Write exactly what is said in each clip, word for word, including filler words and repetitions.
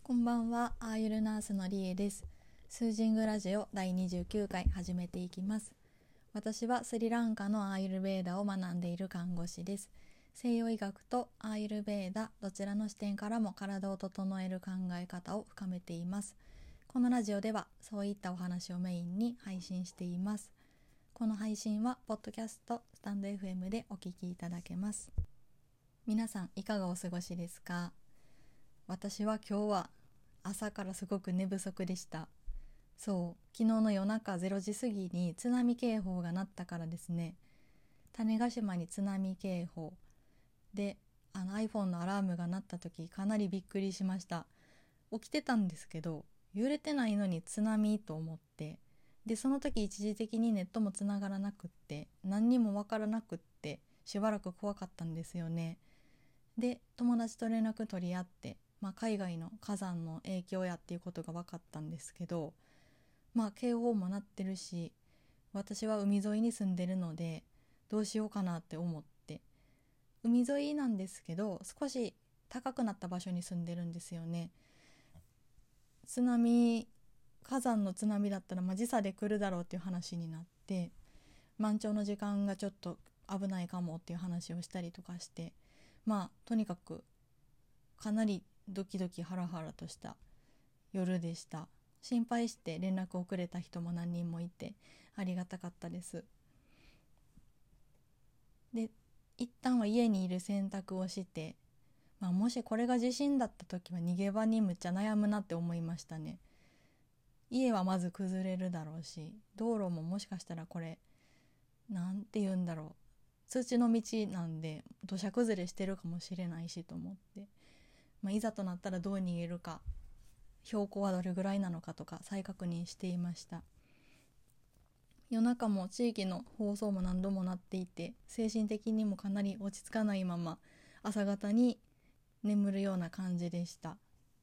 こんばんは、アーユルナースのリエです。スージングラジオだいにじゅうきゅうかい始めていきます。私はスリランカのアーユルベーダを学んでいる看護師です。西洋医学とアーユルベーダどちらの視点からも体を整える考え方を深めています。このラジオではそういったお話をメインに配信しています。この配信はポッドキャスト、スタンド エフエム でお聞きいただけます。皆さんいかがお過ごしですか？私は今日は朝からすごく寝不足でした。そう、昨日の夜中れいじ過ぎに津波警報が鳴ったからですね。種子島に津波警報で、あの iPhone のアラームが鳴った時かなりびっくりしました。起きてたんですけど、揺れてないのに津波と思って、でその時一時的にネットもつながらなくって、何にもわからなくって、しばらく怖かったんですよね。で友達と連絡取り合って、まあ、海外の火山の影響やっていうことが分かったんですけど、まあ警報も鳴ってるし、私は海沿いに住んでるのでどうしようかなって思って、海沿いなんですけど少し高くなった場所に住んでるんですよね。津波火山の津波だったらまあ時差で来るだろうっていう話になって、満潮の時間がちょっと危ないかもっていう話をしたりとかして、まあとにかくかなりドキドキハラハラとした夜でした。心配して連絡をくれた人も何人もいてありがたかったです。で一旦は家にいる選択をして、まあ、もしこれが地震だった時は逃げ場にむっちゃ悩むなって思いましたね。家はまず崩れるだろうし、道路ももしかしたらこれなんて言うんだろう、土の道なんで土砂崩れしてるかもしれないしと思って、まあ、いざとなったらどう逃げるか、標高はどれぐらいなのかとか再確認していました。夜中も地域の放送も何度も鳴っていて、精神的にもかなり落ち着かないまま朝方に眠るような感じでした。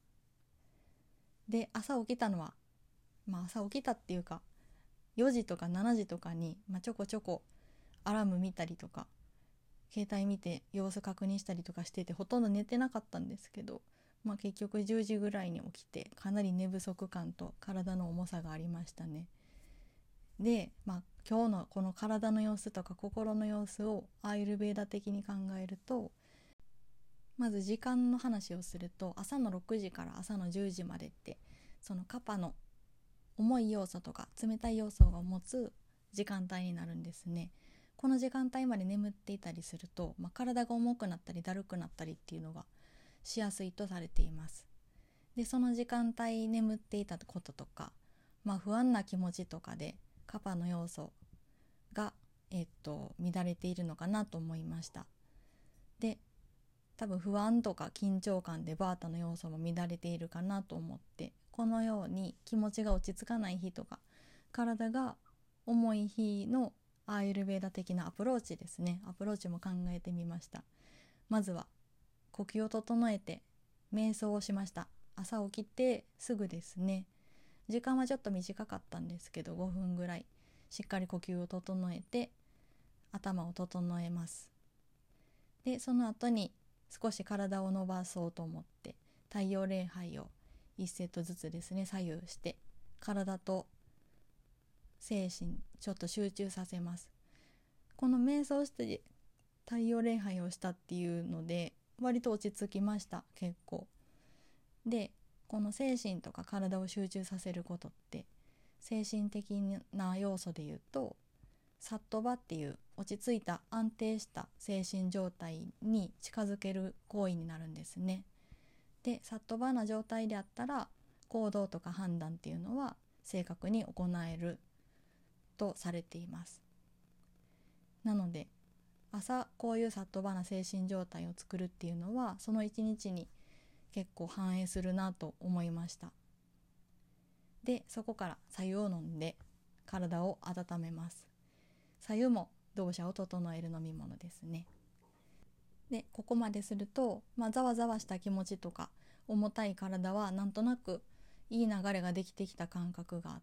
で朝起きたのは、まあ朝起きたっていうかよじとかしちじとかに、まあ、ちょこちょこアラーム見たりとか携帯見て様子確認したりとかしてて、ほとんど寝てなかったんですけど、まあ、結局じゅうじぐらいに起きて、かなり寝不足感と体の重さがありましたね。で、まあ、今日のこの体の様子とか心の様子をアーユルヴェーダ的に考えると、まず時間の話をすると、朝のろくじから朝のじゅうじまでって、そのカパの重い要素とか冷たい要素を持つ時間帯になるんですね。この時間帯まで眠っていたりすると、まあ、体が重くなったりだるくなったりっていうのがしやすいとされています。でその時間帯眠っていたこととか、まあ、不安な気持ちとかでカパの要素が、えっと、乱れているのかなと思いました。で多分不安とか緊張感でバータの要素も乱れているかなと思って、このように気持ちが落ち着かない日とか体が重い日のアーユルヴェーダ的なアプローチですね、アプローチも考えてみました。まずは呼吸を整えて瞑想をしました。朝起きてすぐですね。時間はちょっと短かったんですけどごふんぐらいしっかり呼吸を整えて頭を整えます。でその後に少し体を伸ばそうと思って太陽礼拝をいちセットずつですね左右して体と精神ちょっと集中させます。この瞑想して太陽礼拝をしたっていうので割と落ち着きました、結構。でこの精神とか体を集中させることって、精神的な要素で言うとサットバっていう落ち着いた安定した精神状態に近づける行為になるんですね。でサットバな状態であったら行動とか判断っていうのは正確に行えるとされています。なので朝こういうサットバな精神状態を作るっていうのはその一日に結構反映するなと思いました。でそこから白湯を飲んで体を温めます。白湯も動作を整える飲み物ですね。でここまですると、まあ、ざわざわした気持ちとか重たい体はなんとなくいい流れができてきた感覚があって、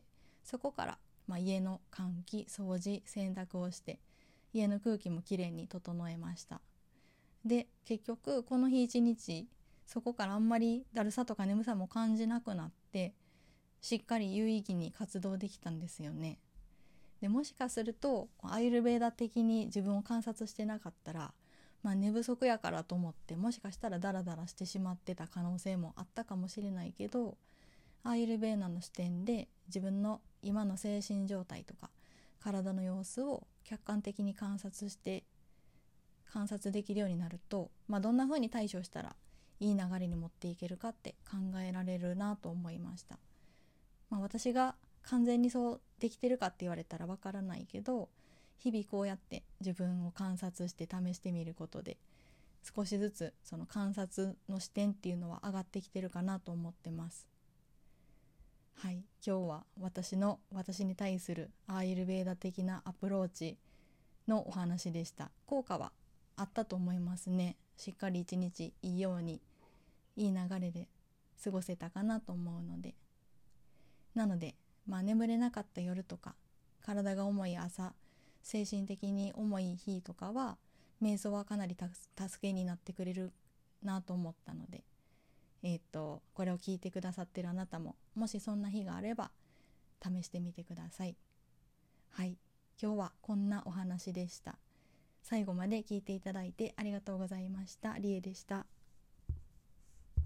そこから、まあ、家の換気掃除洗濯をして家の空気もきれいに整えました。で結局この日一日そこからあんまりだるさとか眠さも感じなくなって、しっかり有意義に活動できたんですよね。でもしかするとアーユルヴェーダ的に自分を観察してなかったら、まあ、寝不足やからと思ってもしかしたらダラダラしてしまってた可能性もあったかもしれないけど、アーユルヴェーダの視点で自分の今の精神状態とか体の様子を客観的に観察して観察できるようになると、まあ、どんな風に対処したらいい流れに持っていけるかって考えられるなと思いました。まあ、私が完全にそうできてるかって言われたらわからないけど、日々こうやって自分を観察して試してみることで少しずつその観察の視点っていうのは上がってきてるかなと思ってます。はい、今日は私の私に対するアーユルヴェーダ的なアプローチのお話でした。効果はあったと思いますね。しっかり一日いいようにいい流れで過ごせたかなと思うので、なので、まあ、眠れなかった夜とか体が重い朝、精神的に重い日とかは瞑想はかなり助けになってくれるなと思ったので、えー、とこれを聞いてくださってるあなたももしそんな日があれば試してみてください。はい、今日はこんなお話でした。最後まで聞いていただいてありがとうございました。りえでした。